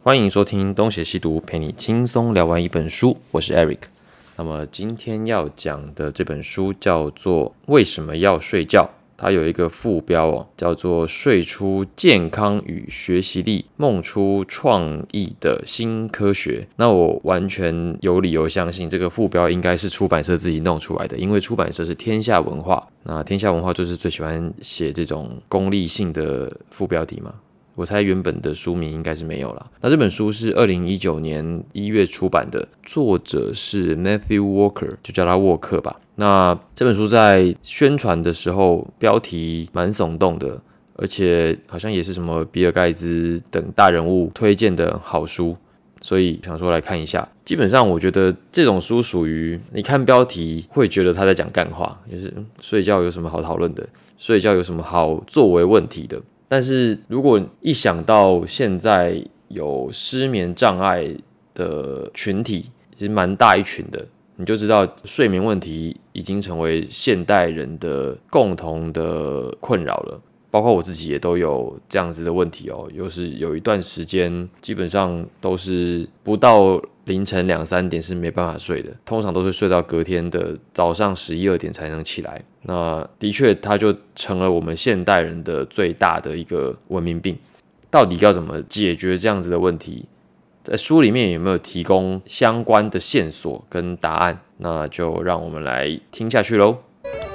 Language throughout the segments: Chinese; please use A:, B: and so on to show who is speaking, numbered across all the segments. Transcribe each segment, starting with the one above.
A: 欢迎收听东邪西毒，陪你轻松聊完一本书。我是 Eric。那么今天要讲的这本书叫做《为什么要睡觉》，它有一个副标叫做睡出健康与学习力，梦出创意的新科学。那我完全有理由相信这个副标应该是出版社自己弄出来的，因为出版社是天下文化。那天下文化就是最喜欢写这种功利性的副标题嘛。我猜原本的书名应该是没有啦。那这本书是2019年1月出版的，作者是 Matthew Walker， 就叫他沃克吧。那这本书在宣传的时候，标题蛮耸动的，而且好像也是什么比尔盖茨等大人物推荐的好书，所以想说来看一下。基本上我觉得这种书属于你看标题会觉得他在讲干话，就是睡觉有什么好讨论的，睡觉有什么好作为问题的。但是如果一想到现在有失眠障碍的群体，其实蛮大一群的，你就知道睡眠问题已经成为现代人的共同的困扰了。包括我自己也都有这样子的问题就是有一段时间基本上都是不到凌晨2、3点是没办法睡的，通常都是睡到隔天的早上11、2点才能起来。那的确它就成了我们现代人的最大的一个文明病。到底要怎么解决这样子的问题，在书里面有没有提供相关的线索跟答案？那就让我们来听下去咯。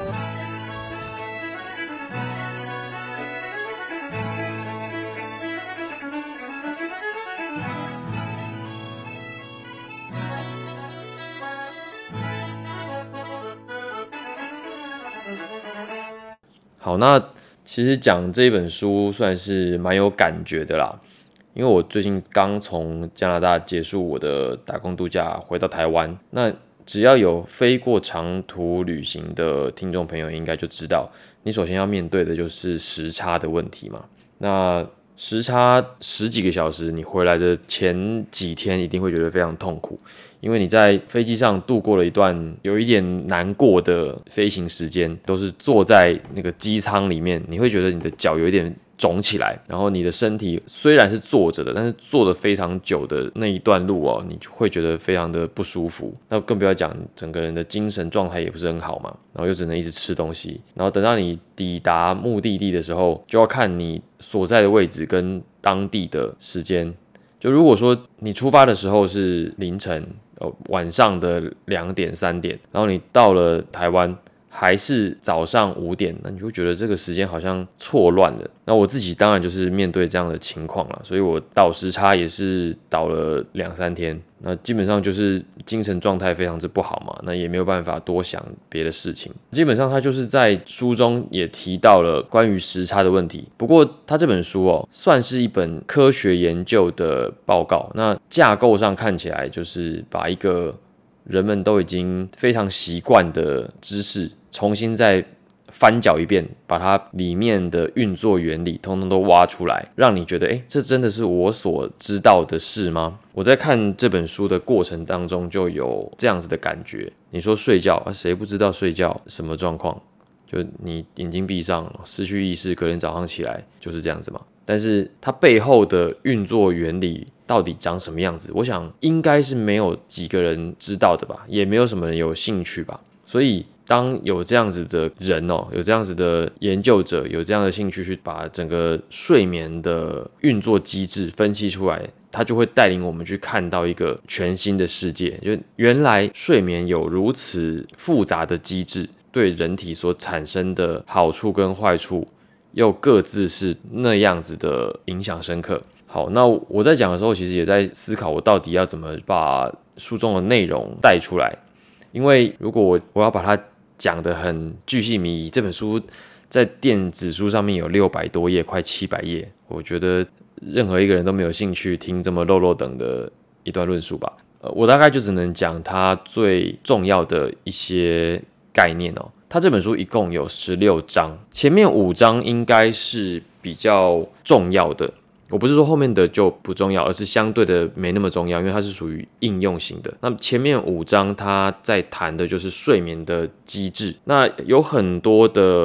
A: 好，那其实讲这本书算是蛮有感觉的啦，因为我最近刚从加拿大结束我的打工度假，回到台湾。那只要有飞过长途旅行的听众朋友，应该就知道，你首先要面对的就是时差的问题嘛。那时差10几个小时，你回来的前几天一定会觉得非常痛苦，因为你在飞机上度过了一段有一点难过的飞行时间，都是坐在那个机舱里面，你会觉得你的脚有一点肿起来，然后你的身体虽然是坐着的，但是坐得非常久的那一段路你会觉得非常的不舒服。那更不要讲整个人的精神状态也不是很好嘛，然后又只能一直吃东西，然后等到你抵达目的地的时候，就要看你所在的位置跟当地的时间。就如果说你出发的时候是凌晨晚上的2点3点，然后你到了台湾还是早上5点，那你就会觉得这个时间好像错乱了。那我自己当然就是面对这样的情况啦，所以我倒时差也是倒了2、3天，那基本上就是精神状态非常之不好嘛，那也没有办法多想别的事情。基本上他就是在书中也提到了关于时差的问题，不过他这本书算是一本科学研究的报告，那架构上看起来就是把一个人们都已经非常习惯的知识重新再翻搅一遍，把它里面的运作原理通通都挖出来，让你觉得这真的是我所知道的事吗？我在看这本书的过程当中就有这样子的感觉。你说睡觉谁不知道睡觉什么状况？就你眼睛闭上失去意识，隔天早上起来就是这样子嘛。但是它背后的运作原理到底长什么样子，我想应该是没有几个人知道的吧，也没有什么人有兴趣吧。所以当有这样子的人有这样子的研究者，有这样的兴趣去把整个睡眠的运作机制分析出来，他就会带领我们去看到一个全新的世界。就原来睡眠有如此复杂的机制，对人体所产生的好处跟坏处又各自是那样子的影响深刻。好，那我在讲的时候，其实也在思考我到底要怎么把书中的内容带出来。因为如果我要把它讲得很巨细靡遗，这本书在电子书上面有600多页，快700页，我觉得任何一个人都没有兴趣听这么肉肉等的一段论述吧。我大概就只能讲它最重要的一些概念它这本书一共有16章，前面5章应该是比较重要的。我不是说后面的就不重要，而是相对的没那么重要，因为它是属于应用型的。那前面5章它在谈的就是睡眠的机制，那有很多的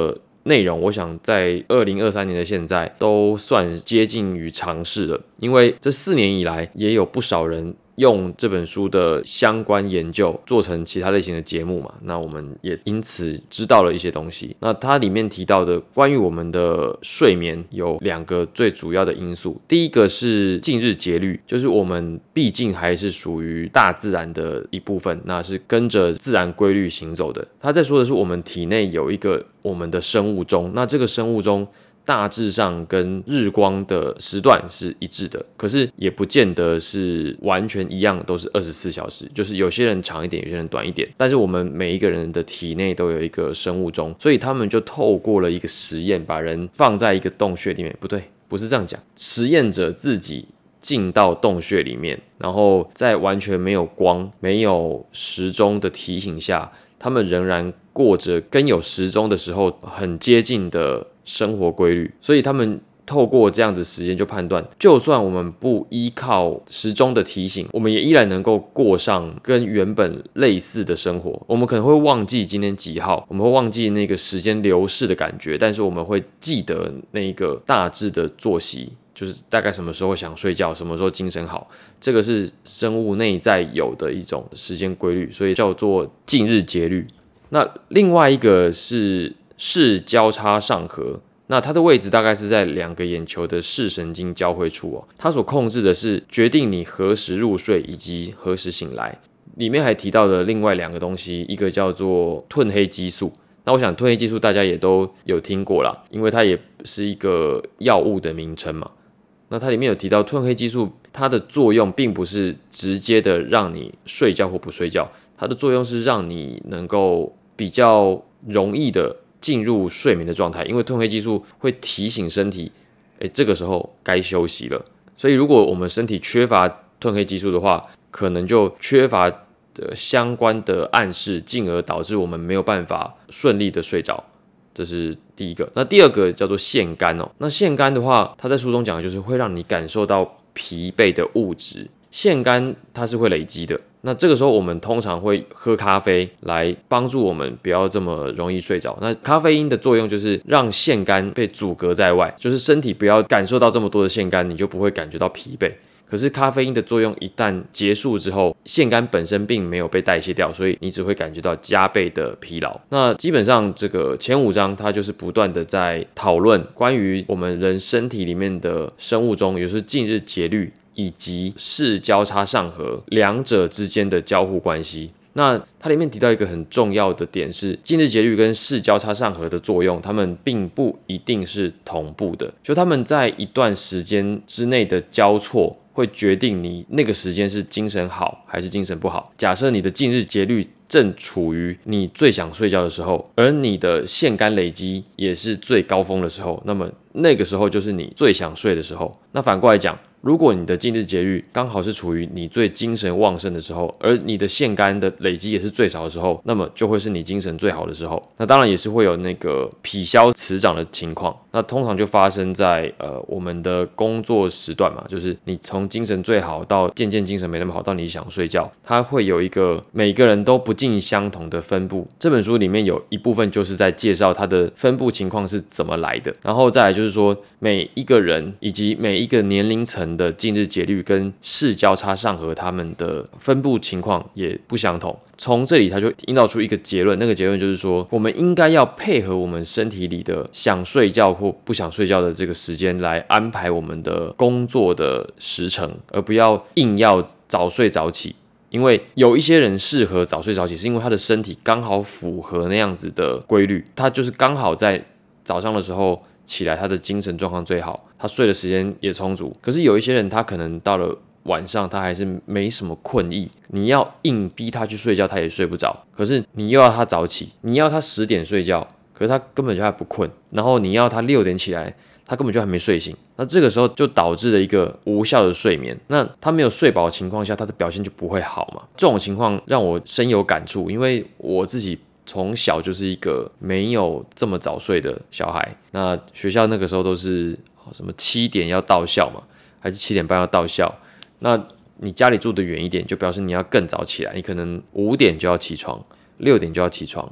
A: 内容，我想在2023年的现在都算接近于常识了，因为这4年以来也有不少人用这本书的相关研究做成其他类型的节目嘛，那我们也因此知道了一些东西。那它里面提到的关于我们的睡眠有2个最主要的因素，第一个是近日节律，就是我们毕竟还是属于大自然的一部分，那是跟着自然规律行走的。他在说的是我们体内有一个我们的生物钟，那这个生物钟大致上跟日光的时段是一致的，可是也不见得是完全一样，都是24小时，就是有些人长一点，有些人短一点。但是我们每一个人的体内都有一个生物钟，所以他们就透过了一个实验，把人放在一个洞穴里面，不对，不是这样讲，实验者自己进到洞穴里面，然后在完全没有光、没有时钟的提醒下，他们仍然过着跟有时钟的时候很接近的生活规律，所以他们透过这样子实验就判断，就算我们不依靠时钟的提醒，我们也依然能够过上跟原本类似的生活。我们可能会忘记今天几号，我们会忘记那个时间流逝的感觉，但是我们会记得那个大致的作息，就是大概什么时候想睡觉，什么时候精神好，这个是生物内在有的一种时间规律，所以叫做近日节律。那另外一个是视交叉上核，那它的位置大概是在2个眼球的视神经交汇处哦，它所控制的是决定你何时入睡以及何时醒来。里面还提到的另外2个东西，一个叫做褪黑激素。那我想褪黑激素大家也都有听过啦，因为它也是一个药物的名称嘛。那它里面有提到褪黑激素，它的作用并不是直接的让你睡觉或不睡觉，它的作用是让你能够比较容易的进入睡眠的状态，因为褪黑激素会提醒身体，这个时候该休息了。所以如果我们身体缺乏褪黑激素的话，可能就缺乏相关的暗示，进而导致我们没有办法顺利的睡着。这是第一个。那第二个叫做腺苷哦。那腺苷的话，它在书中讲的就是会让你感受到疲惫的物质。腺苷它是会累积的。那这个时候我们通常会喝咖啡来帮助我们不要这么容易睡着。那咖啡因的作用就是让腺苷被阻隔在外，就是身体不要感受到这么多的腺苷，你就不会感觉到疲惫。可是咖啡因的作用一旦结束之后，腺苷本身并没有被代谢掉，所以你只会感觉到加倍的疲劳。那基本上这个前5章它就是不断的在讨论关于我们人身体里面的生物钟，也就是近日节律以及视交叉上核2者之间的交互关系。那它里面提到一个很重要的点是，近日节律跟视交叉上核的作用，它们并不一定是同步的，就它们在一段时间之内的交错会决定你那个时间是精神好还是精神不好。假设你的近日节律正处于你最想睡觉的时候，而你的腺苷累积也是最高峰的时候，那么那个时候就是你最想睡的时候。那反过来讲，如果你的近日节律刚好是处于你最精神旺盛的时候，而你的腺苷的累积也是最少的时候，那么就会是你精神最好的时候。那当然也是会有那个否消磁长的情况，那通常就发生在我们的工作时段嘛，就是你从精神最好到渐渐精神没那么好，到你想睡觉，它会有一个每个人都不尽相同的分布。这本书里面有一部分就是在介绍它的分布情况是怎么来的，然后再来就是说每一个人以及每一个年龄层的近日节律跟视交叉上核他们的分布情况也不相同。从这里他就引导出一个结论，那个结论就是说，我们应该要配合我们身体里的想睡觉或不想睡觉的这个时间来安排我们的工作的时程，而不要硬要早睡早起。因为有一些人适合早睡早起，是因为他的身体刚好符合那样子的规律，他就是刚好在早上的时候起来，他的精神状况最好，他睡的时间也充足。可是有一些人他可能到了晚上他还是没什么困意，你要硬逼他去睡觉他也睡不着，可是你又要他早起，你要他10点睡觉，可是他根本就还不困，然后你要他6点起来，他根本就还没睡醒，那这个时候就导致了一个无效的睡眠。那他没有睡饱的情况下，他的表现就不会好嘛。这种情况让我深有感触，因为我自己从小就是一个没有这么早睡的小孩。那学校那个时候都是什么7点要到校嘛，还是7点半要到校。那你家里住得远一点，就表示你要更早起来，你可能5点就要起床，6点就要起床。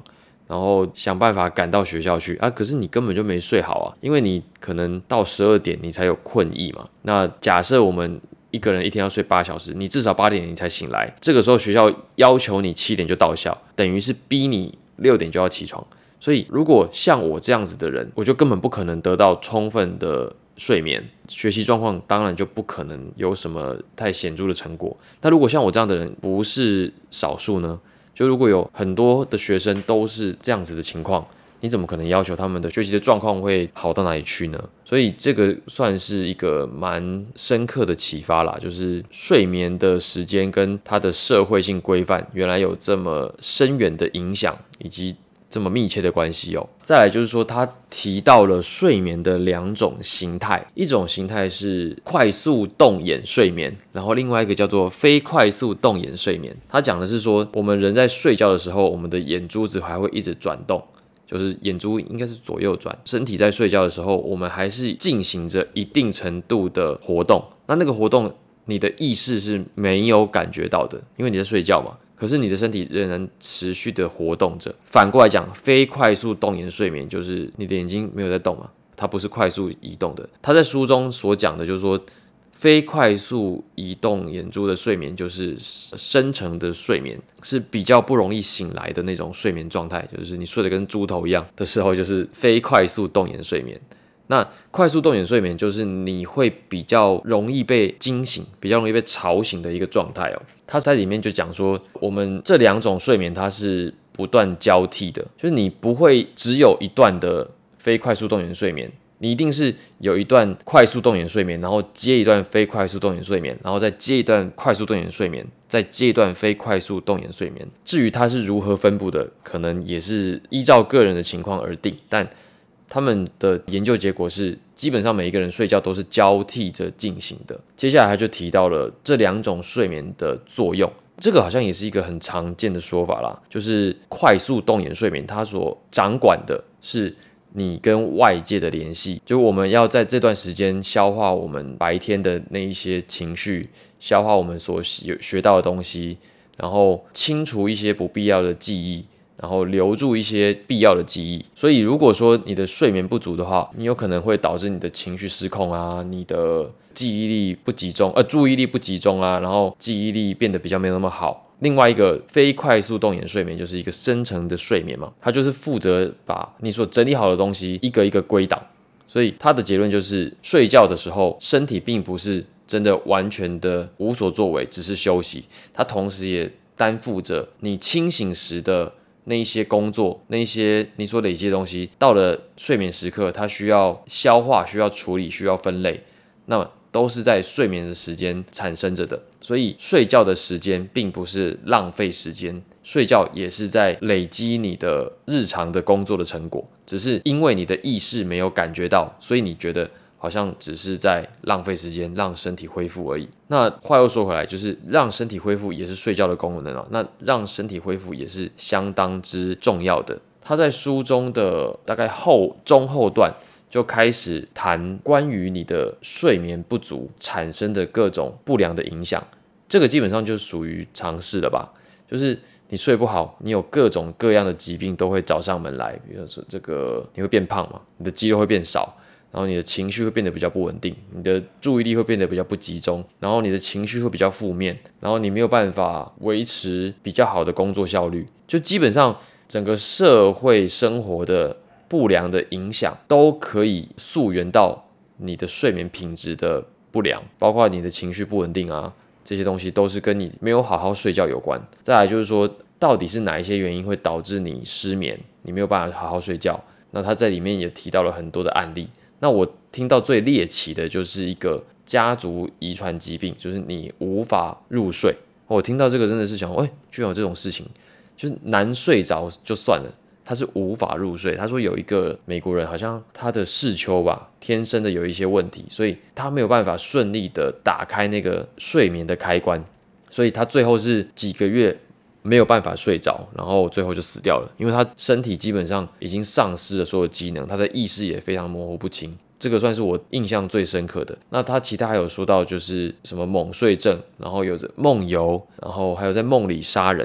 A: 然后想办法赶到学校去啊，可是你根本就没睡好啊，因为你可能到12点你才有困意嘛。那假设我们一个人一天要睡8小时，你至少8点你才醒来，这个时候学校要求你7点就到校，等于是逼你6点就要起床。所以如果像我这样子的人，我就根本不可能得到充分的睡眠，学习状况当然就不可能有什么太显著的成果。那如果像我这样的人不是少数呢？就如果有很多的学生都是这样子的情况，你怎么可能要求他们的学习的状况会好到哪里去呢？所以这个算是一个蛮深刻的启发啦，就是睡眠的时间跟它的社会性规范原来有这么深远的影响，以及这么密切的关系哦。再来就是说，他提到了睡眠的2种形态，一种形态是快速动眼睡眠，然后另外一个叫做非快速动眼睡眠。他讲的是说，我们人在睡觉的时候，我们的眼珠子还会一直转动，就是眼珠应该是左右转，身体在睡觉的时候，我们还是进行着一定程度的活动。那个活动，你的意识是没有感觉到的，因为你在睡觉嘛。可是你的身体仍然持续的活动着。反过来讲，非快速动眼睡眠就是你的眼睛没有在动嘛，它不是快速移动的。他在书中所讲的就是说，非快速移动眼珠的睡眠就是深层的睡眠，是比较不容易醒来的那种睡眠状态，就是你睡得跟猪头一样的时候，就是非快速动眼睡眠。那快速动眼睡眠就是你会比较容易被惊醒，比较容易被吵醒的一个状态哦。他在里面就讲说，我们这2种睡眠它是不断交替的，就是你不会只有一段的非快速动眼睡眠，你一定是有一段快速动眼睡眠，然后接一段非快速动眼睡眠，然后再接一段快速动眼睡眠，再接一段非快速动眼睡眠。至于它是如何分布的，可能也是依照个人的情况而定，但他们的研究结果是，基本上每一个人睡觉都是交替着进行的。接下来他就提到了这2种睡眠的作用，这个好像也是一个很常见的说法啦，就是快速动眼睡眠，它所掌管的是你跟外界的联系，就我们要在这段时间消化我们白天的那一些情绪，消化我们所学到的东西，然后清除一些不必要的记忆，然后留住一些必要的记忆。所以如果说你的睡眠不足的话，你有可能会导致你的情绪失控啊，你的记忆力不集中，注意力不集中啊，然后记忆力变得比较没有那么好。另外一个非快速动眼睡眠就是一个深层的睡眠嘛，它就是负责把你所整理好的东西一个一个归档。所以他的结论就是，睡觉的时候身体并不是真的完全的无所作为，只是休息，它同时也担负着你清醒时的那一些工作，那一些你所累积的东西，到了睡眠时刻，它需要消化、需要处理、需要分类，那么都是在睡眠的时间产生着的。所以睡觉的时间并不是浪费时间，睡觉也是在累积你的日常的工作的成果，只是因为你的意识没有感觉到，所以你觉得好像只是在浪费时间，让身体恢复而已。那话又说回来，就是让身体恢复也是睡觉的功能啊。那让身体恢复也是相当之重要的。他在书中的大概中后段就开始谈关于你的睡眠不足产生的各种不良的影响，这个基本上就属于常识了吧。就是你睡不好，你有各种各样的疾病都会找上门来，比如说这个你会变胖嘛，你的肌肉会变少，然后你的情绪会变得比较不稳定，你的注意力会变得比较不集中，然后你的情绪会比较负面，然后你没有办法维持比较好的工作效率，就基本上整个社会生活的不良的影响都可以溯源到你的睡眠品质的不良，包括你的情绪不稳定啊，这些东西都是跟你没有好好睡觉有关。再来就是说，到底是哪一些原因会导致你失眠，你没有办法好好睡觉？那他在里面也提到了很多的案例。那我听到最猎奇的就是一个家族遗传疾病，就是你无法入睡。我听到这个真的是想，居然有这种事情，就是难睡着就算了，他是无法入睡。他说有一个美国人，好像他的视丘吧，天生的有一些问题，所以他没有办法顺利的打开那个睡眠的开关，所以他最后是几个月没有办法睡着，然后最后就死掉了，因为他身体基本上已经丧失了所有机能，他的意识也非常模糊不清。这个算是我印象最深刻的。那他其他还有说到就是什么猛睡症，然后有着梦游，然后还有在梦里杀人的，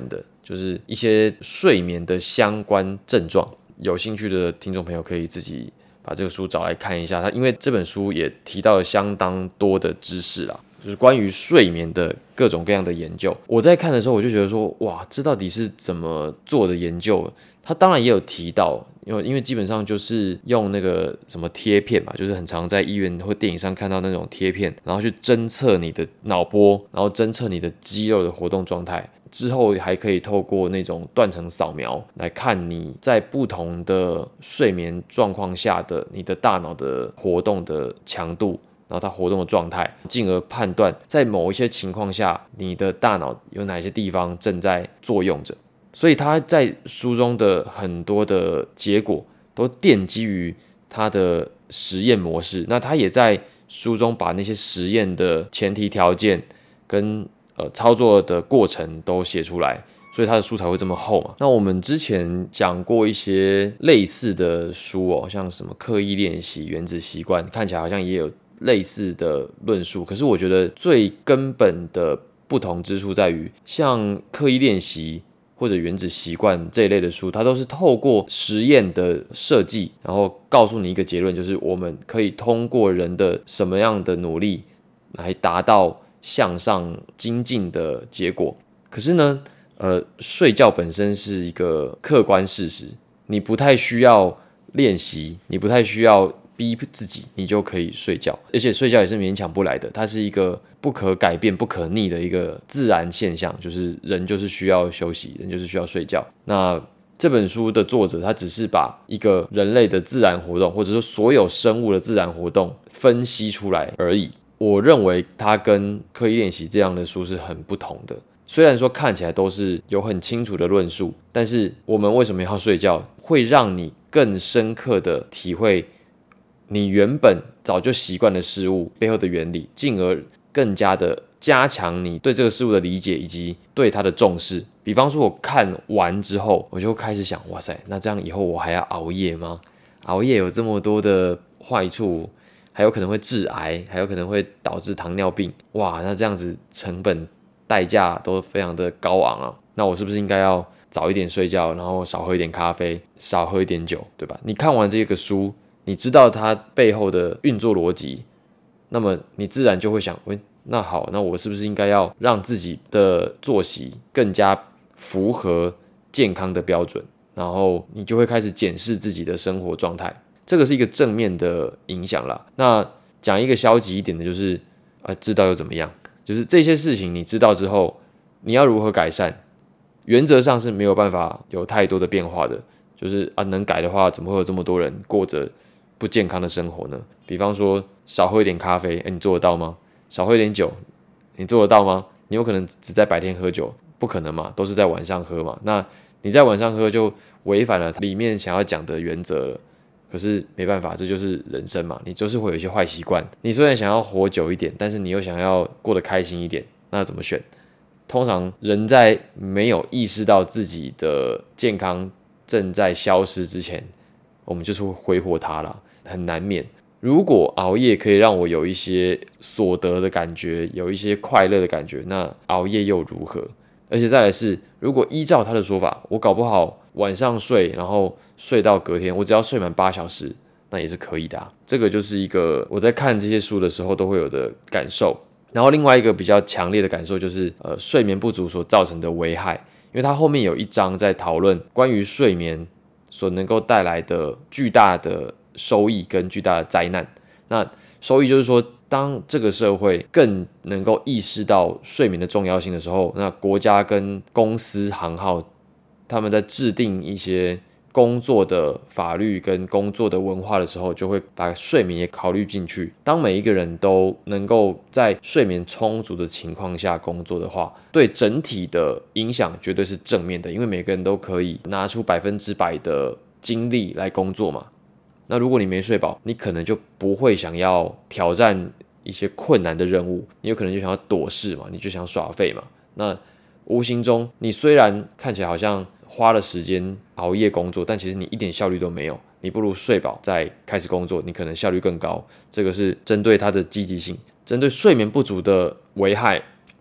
A: 就是一些睡眠的相关症状。有兴趣的听众朋友可以自己把这个书找来看一下，因为这本书也提到了相当多的知识啦，就是关于睡眠的各种各样的研究。我在看的时候，我就觉得说，哇，这到底是怎么做的研究？他当然也有提到，因为基本上就是用那个什么贴片嘛，就是很常在医院或电影上看到那种贴片，然后去侦测你的脑波，然后侦测你的肌肉的活动状态。之后还可以透过那种断层扫描来看你在不同的睡眠状况下的你的大脑的活动的强度，然后它活动的状态，进而判断在某一些情况下你的大脑有哪些地方正在作用着。所以他在书中的很多的结果都奠基于他的实验模式，那他也在书中把那些实验的前提条件跟操作的过程都写出来，所以他的书才会这么厚嘛。那我们之前讲过一些类似的书哦，像什么刻意练习、原子习惯，看起来好像也有类似的论述。可是我觉得最根本的不同之处在于，像刻意练习或者原子习惯这一类的书，它都是透过实验的设计，然后告诉你一个结论，就是我们可以通过人的什么样的努力来达到向上精进的结果。可是呢，睡觉本身是一个客观事实，你不太需要练习，你不太需要逼自己，你就可以睡觉。而且睡觉也是勉强不来的，它是一个不可改变、不可逆的一个自然现象，就是人就是需要休息，人就是需要睡觉。那这本书的作者，他只是把一个人类的自然活动，或者说所有生物的自然活动分析出来而已。我认为它跟刻意练习这样的书是很不同的。虽然说看起来都是有很清楚的论述，但是我们为什么要睡觉，会让你更深刻的体会你原本早就习惯的事物背后的原理，进而更加的加强你对这个事物的理解以及对它的重视。比方说我看完之后，我就开始想，哇塞，那这样以后我还要熬夜吗？熬夜有这么多的坏处，还有可能会致癌，还有可能会导致糖尿病。哇，那这样子成本代价都非常的高昂啊。那我是不是应该要早一点睡觉，然后少喝一点咖啡，少喝一点酒，对吧？你看完这个书，你知道它背后的运作逻辑，那么你自然就会想，那好，那我是不是应该要让自己的作息更加符合健康的标准？然后你就会开始检视自己的生活状态，这个是一个正面的影响啦。那讲一个消极一点的，就是知道又怎么样？就是这些事情你知道之后，你要如何改善？原则上是没有办法有太多的变化的。就是能改的话，怎么会有这么多人过着不健康的生活呢？比方说少喝一点咖啡，你做得到吗？少喝一点酒，你做得到吗？你有可能只在白天喝酒，不可能嘛，都是在晚上喝嘛。那你在晚上喝就违反了里面想要讲的原则了。可是没办法，这就是人生嘛，你就是会有一些坏习惯。你虽然想要活久一点，但是你又想要过得开心一点，那怎么选？通常人在没有意识到自己的健康正在消失之前，我们就是会挥霍它啦，很难免。如果熬夜可以让我有一些所得的感觉，有一些快乐的感觉，那熬夜又如何？而且再来是，如果依照他的说法，我搞不好晚上睡，然后睡到隔天，我只要睡满8小时，那也是可以的啊。这个就是一个我在看这些书的时候都会有的感受。然后另外一个比较强烈的感受就是，睡眠不足所造成的危害，因为它后面有一章在讨论关于睡眠所能够带来的巨大的收益跟巨大的灾难。那收益就是说，当这个社会更能够意识到睡眠的重要性的时候，那国家跟公司行号他们在制定一些工作的法律跟工作的文化的时候，就会把睡眠也考虑进去。当每一个人都能够在睡眠充足的情况下工作的话，对整体的影响绝对是正面的，因为每个人都可以拿出100%的精力来工作嘛。那如果你没睡饱，你可能就不会想要挑战一些困难的任务，你有可能就想要躲事嘛，你就想耍废嘛。那无形中，你虽然看起来好像花了时间熬夜工作，但其实你一点效率都没有。你不如睡饱再开始工作，你可能效率更高。这个是针对它的积极性，针对睡眠不足的危害。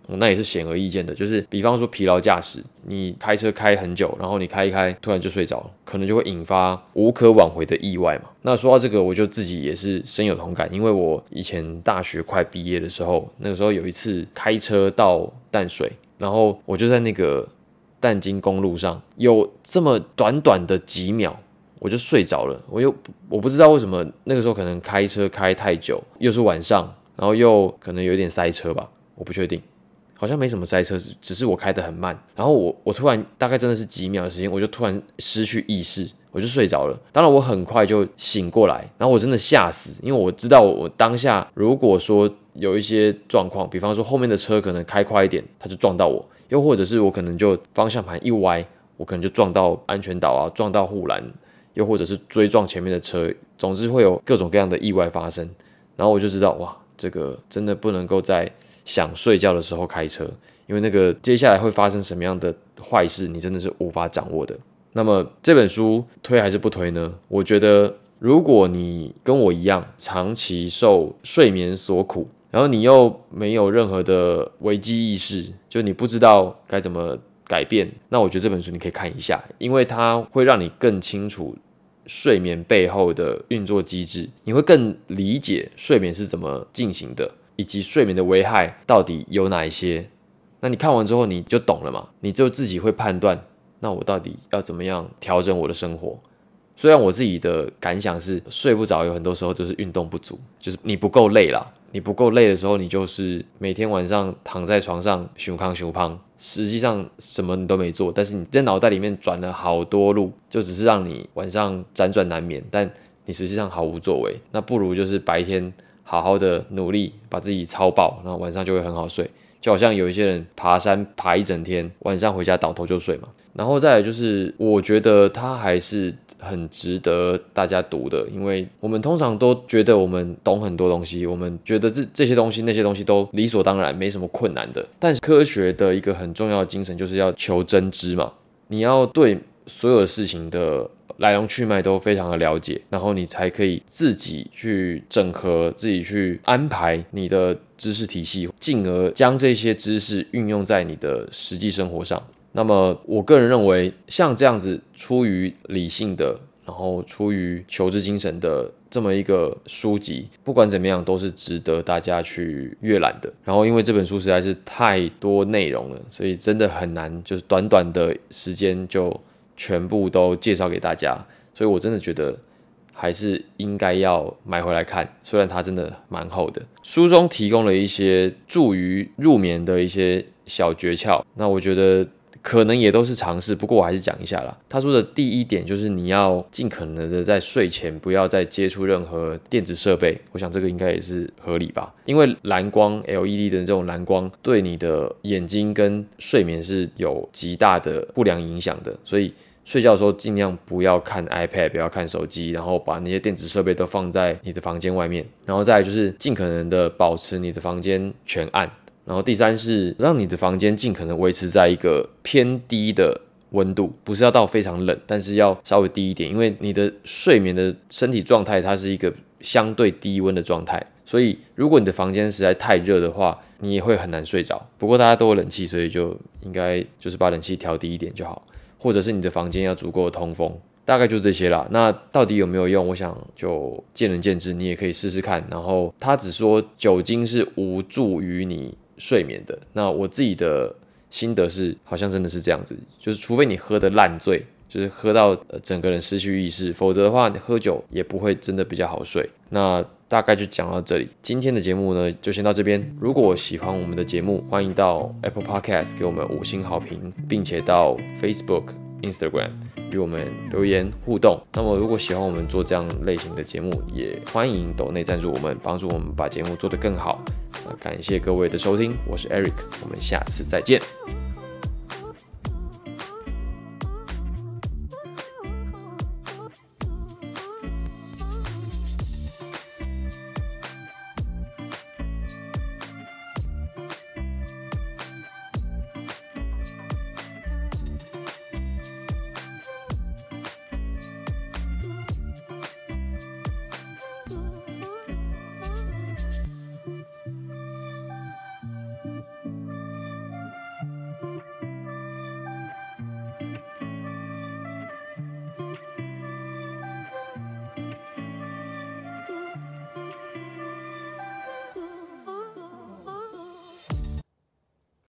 A: 那也是显而易见的，就是比方说疲劳驾驶，你开车开很久，然后你开一开，突然就睡着了，可能就会引发无可挽回的意外嘛。那说到这个，我就自己也是深有同感，因为我以前大学快毕业的时候，那个时候有一次开车到淡水，然后我就在那个淡金公路上，有这么短短的几秒，我就睡着了。我不知道为什么那个时候可能开车开太久，又是晚上，然后又可能有点塞车吧，我不确定。好像没什么塞车，只是我开得很慢。然后我突然大概真的是几秒的时间，我就突然失去意识，我就睡着了。当然我很快就醒过来，然后我真的吓死，因为我知道我当下如果说有一些状况，比方说后面的车可能开快一点，他就撞到我，又或者是我可能就方向盘一歪，我可能就撞到安全岛啊，撞到护栏，又或者是追撞前面的车，总之会有各种各样的意外发生。然后我就知道，哇，这个真的不能够在想睡觉的时候开车，因为那个接下来会发生什么样的坏事，你真的是无法掌握的。那么这本书推还是不推呢？我觉得如果你跟我一样长期受睡眠所苦，然后你又没有任何的危机意识，就你不知道该怎么改变，那我觉得这本书你可以看一下，因为它会让你更清楚睡眠背后的运作机制，你会更理解睡眠是怎么进行的，以及睡眠的危害到底有哪一些。那你看完之后你就懂了嘛，你就自己会判断，那我到底要怎么样调整我的生活。虽然我自己的感想是睡不着，有很多时候就是运动不足，就是你不够累啦。你不够累的时候，你就是每天晚上躺在床上熊康熊胖，实际上什么你都没做，但是你在脑袋里面转了好多路，就只是让你晚上辗转难眠，但你实际上毫无作为。那不如就是白天好好的努力，把自己操爆，然后晚上就会很好睡。就好像有一些人爬山爬一整天，晚上回家倒头就睡嘛。然后再来就是，我觉得它还是很值得大家读的，因为我们通常都觉得我们懂很多东西，我们觉得这些东西那些东西都理所当然，没什么困难的。但是科学的一个很重要的精神就是要求真知嘛，你要对所有的事情的来龙去脉都非常的了解，然后你才可以自己去整合，自己去安排你的知识体系，进而将这些知识运用在你的实际生活上。那么我个人认为，像这样子出于理性的，然后出于求知精神的这么一个书籍，不管怎么样都是值得大家去阅览的。然后因为这本书实在是太多内容了，所以真的很难，就是短短的时间就全部都介绍给大家。所以我真的觉得还是应该要买回来看，虽然它真的蛮厚的。书中提供了一些助于入眠的一些小诀窍，那我觉得可能也都是尝试，不过我还是讲一下啦。他说的第一点就是你要尽可能的在睡前不要再接触任何电子设备，我想这个应该也是合理吧，因为蓝光 LED 的这种蓝光对你的眼睛跟睡眠是有极大的不良影响的，所以睡觉的时候尽量不要看 iPad， 不要看手机，然后把那些电子设备都放在你的房间外面，然后再来就是尽可能的保持你的房间全暗。然后第三是让你的房间尽可能维持在一个偏低的温度，不是要到非常冷，但是要稍微低一点，因为你的睡眠的身体状态它是一个相对低温的状态，所以如果你的房间实在太热的话，你也会很难睡着。不过大家都有冷气，所以就应该就是把冷气调低一点就好，或者是你的房间要足够的通风。大概就这些啦，那到底有没有用？我想就见仁见智，你也可以试试看。然后他只说酒精是无助于你睡眠的，那我自己的心得是，好像真的是这样子，就是除非你喝得烂醉，就是喝到整个人失去意识，否则的话，你喝酒也不会真的比较好睡。那大概就讲到这里，今天的节目呢就先到这边。如果喜欢我们的节目，欢迎到 Apple Podcast 给我们5星好评，并且到 Facebook、Instagram 与我们留言互动。那么如果喜欢我们做这样类型的节目，也欢迎抖内赞助我们，帮助我们把节目做得更好。感谢各位的收听，我是 Eric，我们下次再见。